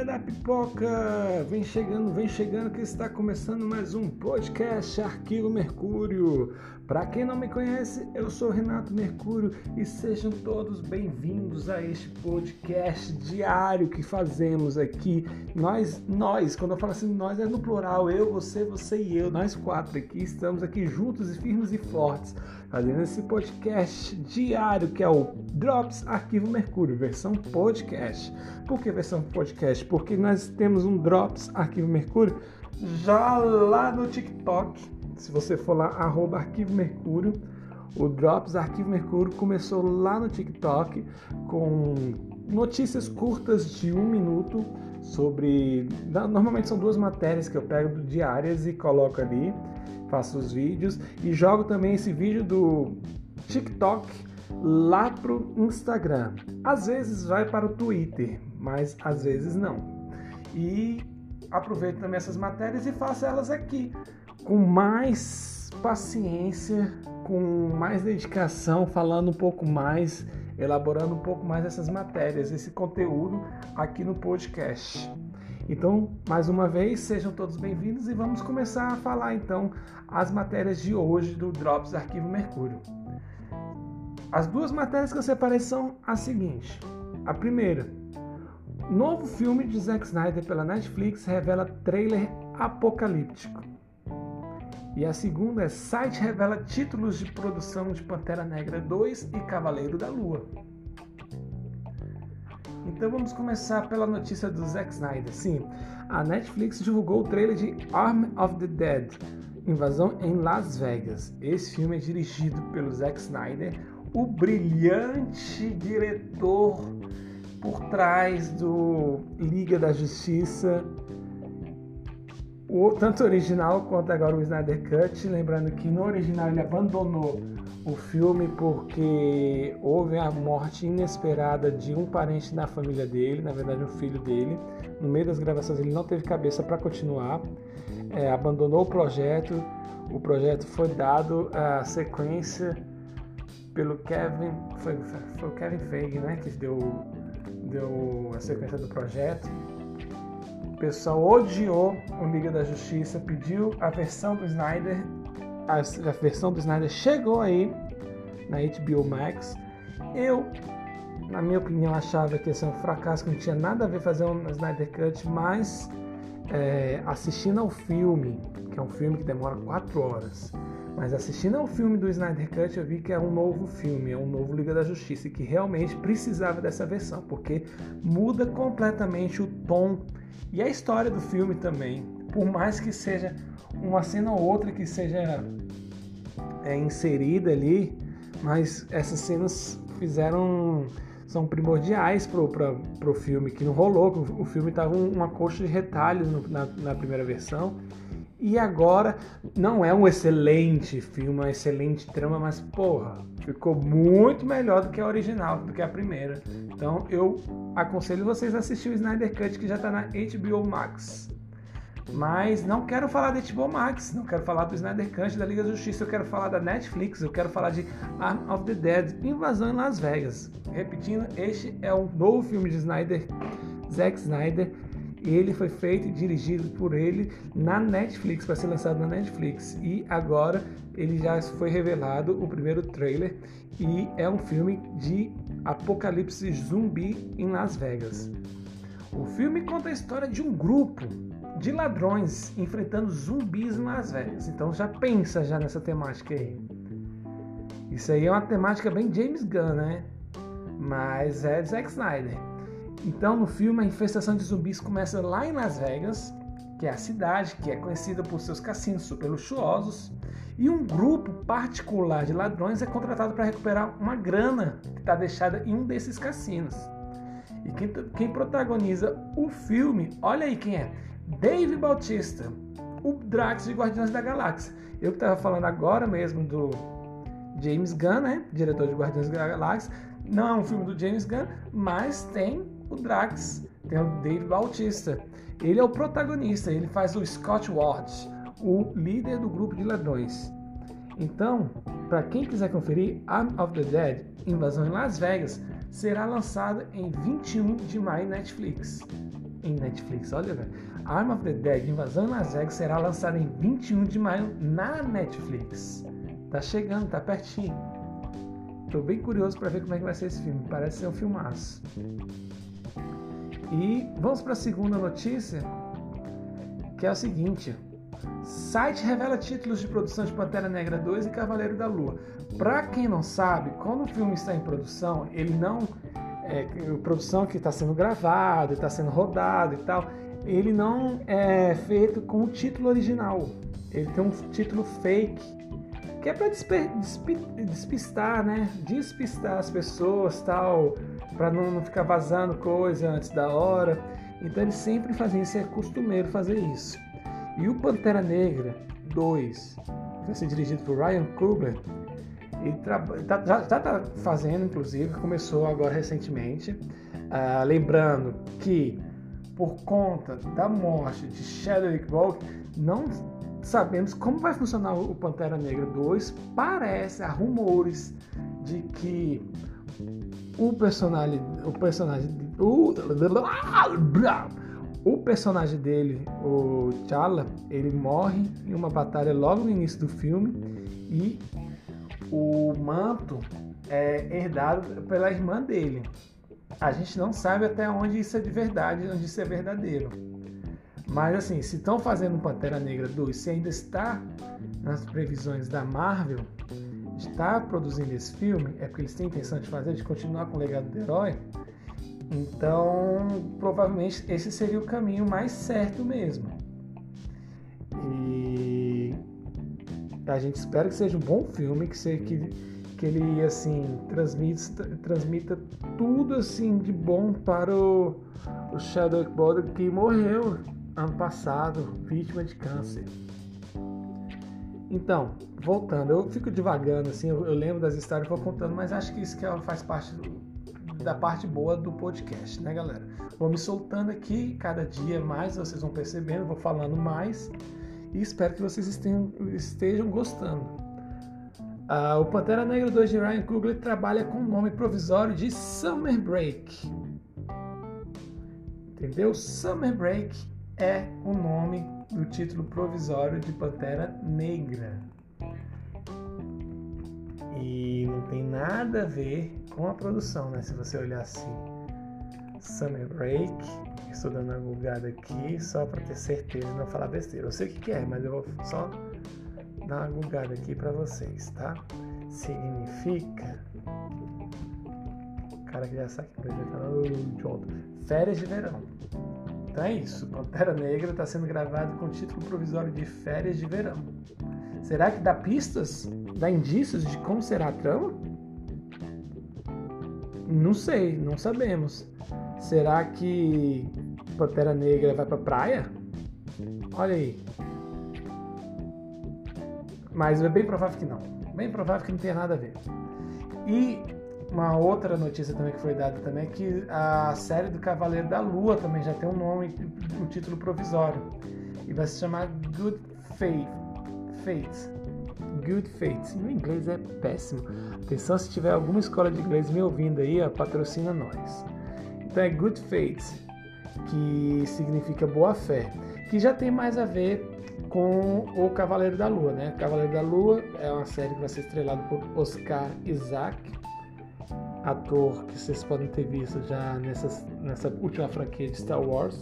hora da pipoca! Vem chegando que está começando mais um podcast Arquivo Mercúrio. Para quem não me conhece, eu sou Renato Mercúrio e sejam todos bem-vindos a este podcast diário que fazemos aqui. Nós, quando eu falo assim, nós é no plural, eu, você e eu, nós quatro aqui, estamos aqui juntos e firmes e fortes, fazendo esse podcast diário que é o Drops Arquivo Mercúrio, versão podcast. Por que versão podcast? Porque nós temos um Drops Arquivo Mercúrio já lá no TikTok. Se você for lá, @Arquivo Mercúrio, o Drops Arquivo Mercúrio começou lá no TikTok com notícias curtas de 1 minuto sobre... Normalmente são 2 matérias que eu pego diárias e coloco ali, faço os vídeos e jogo também esse vídeo do TikTok lá pro Instagram. Às vezes vai para o Twitter, mas às vezes não. E aproveito também essas matérias e faço elas aqui, com mais paciência, com mais dedicação, falando um pouco mais, elaborando um pouco mais essas matérias, esse conteúdo aqui no podcast. Então, mais uma vez, sejam todos bem-vindos e vamos começar a falar então as matérias de hoje do Drops Arquivo Mercúrio. As 2 matérias que eu separei são as seguintes. A primeira: novo filme de Zack Snyder pela Netflix revela trailer apocalíptico. E a segunda é: site revela títulos de produção de Pantera Negra 2 e Cavaleiro da Lua. Então vamos começar pela notícia do Zack Snyder. Sim, a Netflix divulgou o trailer de Army of the Dead, Invasão em Las Vegas. Esse filme é dirigido pelo Zack Snyder, o brilhante diretor por trás do Liga da Justiça, tanto o original quanto agora o Snyder Cut. Lembrando que no original ele abandonou o filme porque houve a morte inesperada de um parente da família dele, na verdade um filho dele. No meio das gravações ele não teve cabeça para continuar, abandonou o projeto foi dado a sequência pelo Kevin, foi o Kevin Feige, né, que deu a sequência do projeto. O pessoal odiou o Liga da Justiça, pediu a versão do Snyder. A versão do Snyder chegou aí na HBO Max. Eu, na minha opinião, achava que ia ser um fracasso, que não tinha nada a ver fazer um Snyder Cut, mas assistindo ao filme, que é um filme que demora 4 horas, mas assistindo ao filme do Snyder Cut eu vi que é um novo filme, é um novo Liga da Justiça, e que realmente precisava dessa versão, porque muda completamente o tom e a história do filme também. Por mais que seja uma cena ou outra que seja inserida ali, mas essas cenas são primordiais pro filme, que não rolou. O filme tava uma coxa de retalhos na primeira versão, e agora não é um excelente filme, uma excelente trama, mas ficou muito melhor do que a original, do que a primeira. Então eu aconselho vocês a assistir o Snyder Cut, que já está na HBO Max. Mas não quero falar da HBO Max, não quero falar do Snyder Cut da Liga da Justiça, eu quero falar da Netflix, eu quero falar de Army of the Dead, Invasão em Las Vegas. Repetindo, este é um novo filme de Zack Snyder. Ele foi feito e dirigido por ele na Netflix, para ser lançado na Netflix. E agora ele já foi revelado o primeiro trailer, e é um filme de apocalipse zumbi em Las Vegas. O filme conta a história de um grupo de ladrões enfrentando zumbis em Las Vegas. Então já pensa nessa temática aí. Isso aí é uma temática bem James Gunn, né? Mas é de Zack Snyder. Então no filme a infestação de zumbis começa lá em Las Vegas, que é a cidade que é conhecida por seus cassinos super luxuosos, e um grupo particular de ladrões é contratado para recuperar uma grana que está deixada em um desses cassinos. E quem protagoniza o filme, olha aí quem é: Dave Bautista, o Drax de Guardiões da Galáxia. Eu que estava falando agora mesmo do James Gunn, né, diretor de Guardiões da Galáxia. Não é um filme do James Gunn, mas tem o Drax, tem o Dave Bautista. Ele é o protagonista, ele faz o Scott Ward, o líder do grupo de ladrões. Então, para quem quiser conferir, Army of the Dead, Invasão em Las Vegas, será lançado em 21 de maio na Netflix. em Netflix. Olha, velho. Arm of the Dead, Invasão em Las Vegas, será lançada em 21 de maio na Netflix. Tá chegando, tá pertinho. Tô bem curioso para ver como é que vai ser esse filme. Parece ser um filmaço. E vamos para a segunda notícia, que é o seguinte. Site revela títulos de produção de Pantera Negra 2 e Cavaleiro da Lua. Para quem não sabe, quando o filme está em produção, ele não... produção que está sendo gravada, está sendo rodada e tal, ele não é feito com o título original. Ele tem um título fake, que é para despistar, né? Despistar as pessoas, tal, para não ficar vazando coisa antes da hora. Então eles sempre fazem isso, é costumeiro fazer isso. E o Pantera Negra 2 vai ser dirigido por Ryan Coogler. Ele já está fazendo, inclusive, começou agora recentemente. Lembrando que, por conta da morte de Chadwick Boseman, não sabemos como vai funcionar o Pantera Negra 2. Há rumores de que o personagem dele, o T'Challa, ele morre em uma batalha logo no início do filme e o manto é herdado pela irmã dele. A gente não sabe até onde isso é de verdade, onde isso é verdadeiro. Mas assim, se estão fazendo Pantera Negra 2, se ainda está nas previsões da Marvel, está produzindo esse filme, é porque eles têm intenção de fazer, de continuar com o legado do herói. Então, provavelmente esse seria o caminho mais certo mesmo. E a gente espera que seja um bom filme, que ele assim transmita tudo assim de bom para o Chadwick Boseman, que morreu ano passado, vítima de câncer. Então, voltando, eu fico divagando assim, eu lembro das histórias que eu vou contando, mas acho que isso faz parte da parte boa do podcast, né, galera? Vou me soltando aqui, cada dia mais vocês vão percebendo, vou falando mais e espero que vocês estejam gostando. O Pantera Negra 2 de Ryan Coogler trabalha com o nome provisório de Summer Break. Entendeu? Summer Break é o nome do título provisório de Pantera Negra. E não tem nada a ver com a produção, né? Se você olhar assim, Summer Break, estou dando uma googada aqui só para ter certeza e não falar besteira. Eu sei o que é, mas eu vou só dar uma googada aqui para vocês, tá? Significa... O cara que já sabe que vai falar férias de verão. Então é isso, Pantera Negra está sendo gravado com o título provisório de Férias de Verão. Será que dá pistas, dá indícios de como será a trama? Não sei, não sabemos. Será que Pantera Negra vai pra praia? Olha aí. Mas é bem provável que não. Bem provável que não tenha nada a ver. E uma outra notícia também que foi dada também é que a série do Cavaleiro da Lua também já tem um nome, um título provisório. E vai se chamar Good Fate. Good Fate. Meu inglês é péssimo. Atenção, se tiver alguma escola de inglês me ouvindo aí, patrocina nós. Então é Good Fate, que significa boa fé, que já tem mais a ver com o Cavaleiro da Lua, né? Cavaleiro da Lua é uma série que vai ser estrelada por Oscar Isaac, ator que vocês podem ter visto já nessa última franquia de Star Wars.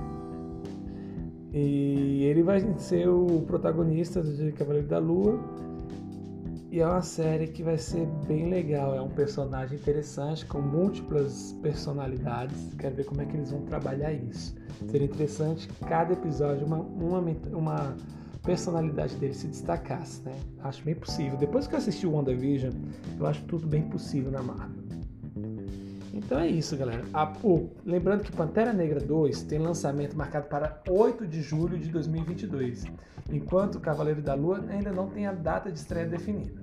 E ele vai ser o protagonista de Cavaleiro da Lua. E é uma série que vai ser bem legal. É um personagem interessante, com múltiplas personalidades. Quero ver como é que eles vão trabalhar isso. Seria interessante cada episódio uma personalidade dele se destacasse, né? Acho bem possível. Depois que eu assisti o WandaVision, eu acho tudo bem possível na Marvel. Então é isso, galera. Lembrando que Pantera Negra 2 tem lançamento marcado para 8 de julho de 2022, enquanto Cavaleiro da Lua ainda não tem a data de estreia definida.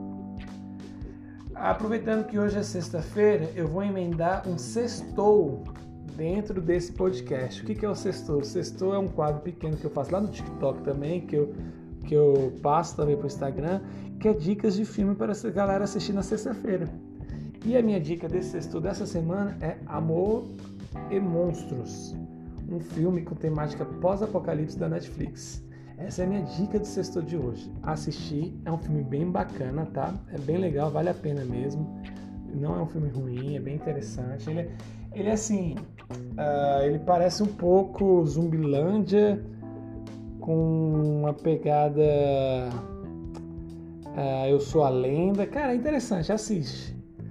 Aproveitando que hoje é sexta-feira, eu vou emendar um sextou dentro desse podcast. O que é o sextou? O sextou é um quadro pequeno que eu faço lá no TikTok também, que eu passo também para o Instagram, que é dicas de filme para essa galera assistir na sexta-feira. E a minha dica desse sextou dessa semana é Amor e Monstros. um filme com temática pós-apocalipse da Netflix. Essa é a minha dica do sexto de hoje. Assistir, é um filme bem bacana, tá? É bem legal, vale a pena mesmo. Não é um filme ruim, é bem interessante. Ele assim, ele parece um pouco Zumbilândia, com uma pegada Eu Sou a Lenda. Cara, é interessante, assiste.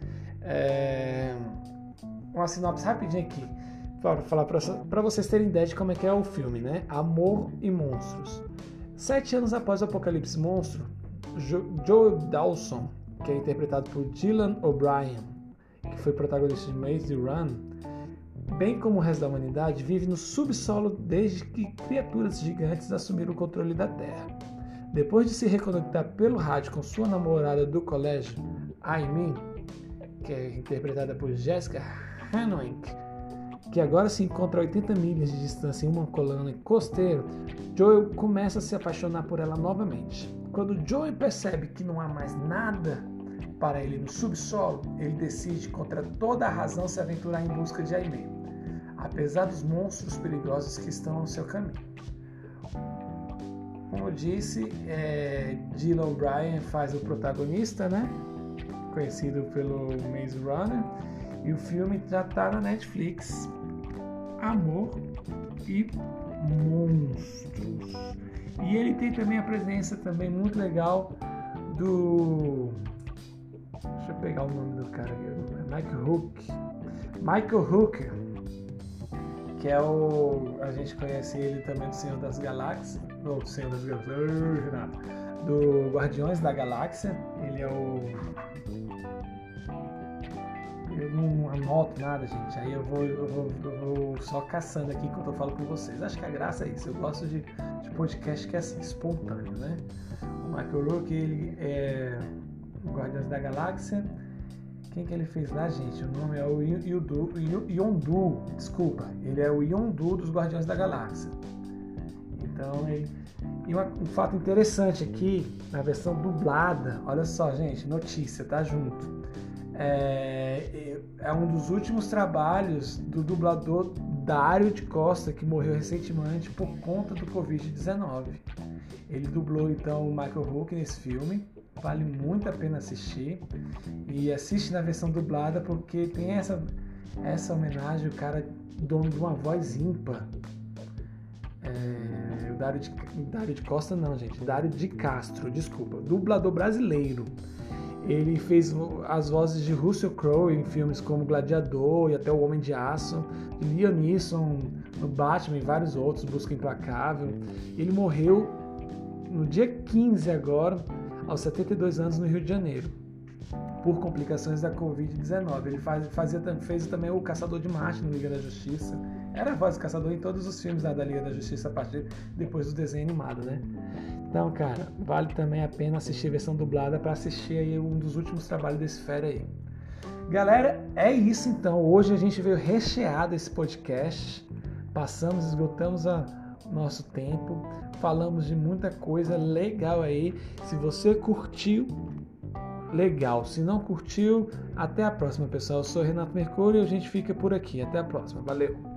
Uma sinopse rapidinha aqui, para falar para vocês terem ideia de como é que é o filme, né? Amor e Monstros. 7 anos após o apocalipse monstro, Joe Dawson, que é interpretado por Dylan O'Brien, que foi protagonista de Maze Run, bem como o resto da humanidade, vive no subsolo desde que criaturas gigantes assumiram o controle da Terra. Depois de se reconectar pelo rádio com sua namorada do colégio, Amy, que é interpretada por Jessica Henwick, que agora se encontra a 80 milhas de distância em uma colônia costeira, Joel começa a se apaixonar por ela novamente. Quando Joel percebe que não há mais nada para ele no subsolo, ele decide, contra toda a razão, se aventurar em busca de Amy, apesar dos monstros perigosos que estão ao seu caminho. Como eu disse, Dylan O'Brien faz o protagonista, né? Conhecido pelo Maze Runner, e o filme já está na Netflix. Amor e Monstros. E ele tem também a presença também muito legal do... Deixa eu pegar o nome do cara aqui. Michael Hooker, que é o... A gente conhece ele também do Senhor das Galáxias. Não, do Senhor das Galáxias. Do Guardiões da Galáxia. Ele é o... Eu não anoto nada, gente. Aí eu vou só caçando aqui enquanto eu falo com vocês. Acho que a graça é isso. Eu gosto de podcast que é assim, espontâneo, né? O Michael Rourke, ele é o Guardiões da Galáxia. Quem que ele fez lá, gente? O nome é o Yondu. Desculpa. Ele é o Yondu dos Guardiões da Galáxia. Então, E um fato interessante aqui, na versão dublada. Olha só, gente. Notícia, tá junto. É um dos últimos trabalhos do dublador Dário de Costa, que morreu recentemente por conta do Covid-19. Ele dublou então o Michael Rourke nesse filme, vale muito a pena assistir, e assiste na versão dublada porque tem essa homenagem, o cara dono de uma voz ímpar. Dário de Costa não, gente, Dário de Castro, desculpa, dublador brasileiro. Ele fez as vozes de Russell Crowe em filmes como Gladiador e até O Homem de Aço, de Liam Neeson no Batman e vários outros, Busca Implacável. Ele morreu no dia 15 agora, aos 72 anos, no Rio de Janeiro, por complicações da Covid-19. Ele fez também o Caçador de Marte no Liga da Justiça. Era a voz do Caçador em todos os filmes da Liga da Justiça, a partir depois do desenho animado, né? Então, cara, vale também a pena assistir a versão dublada para assistir aí um dos últimos trabalhos desse fera aí. Galera, é isso então. Hoje a gente veio recheado esse podcast. Esgotamos o nosso tempo. Falamos de muita coisa legal aí. Se você curtiu, legal. Se não curtiu, até a próxima, pessoal. Eu sou Renato Mercúrio e a gente fica por aqui. Até a próxima. Valeu!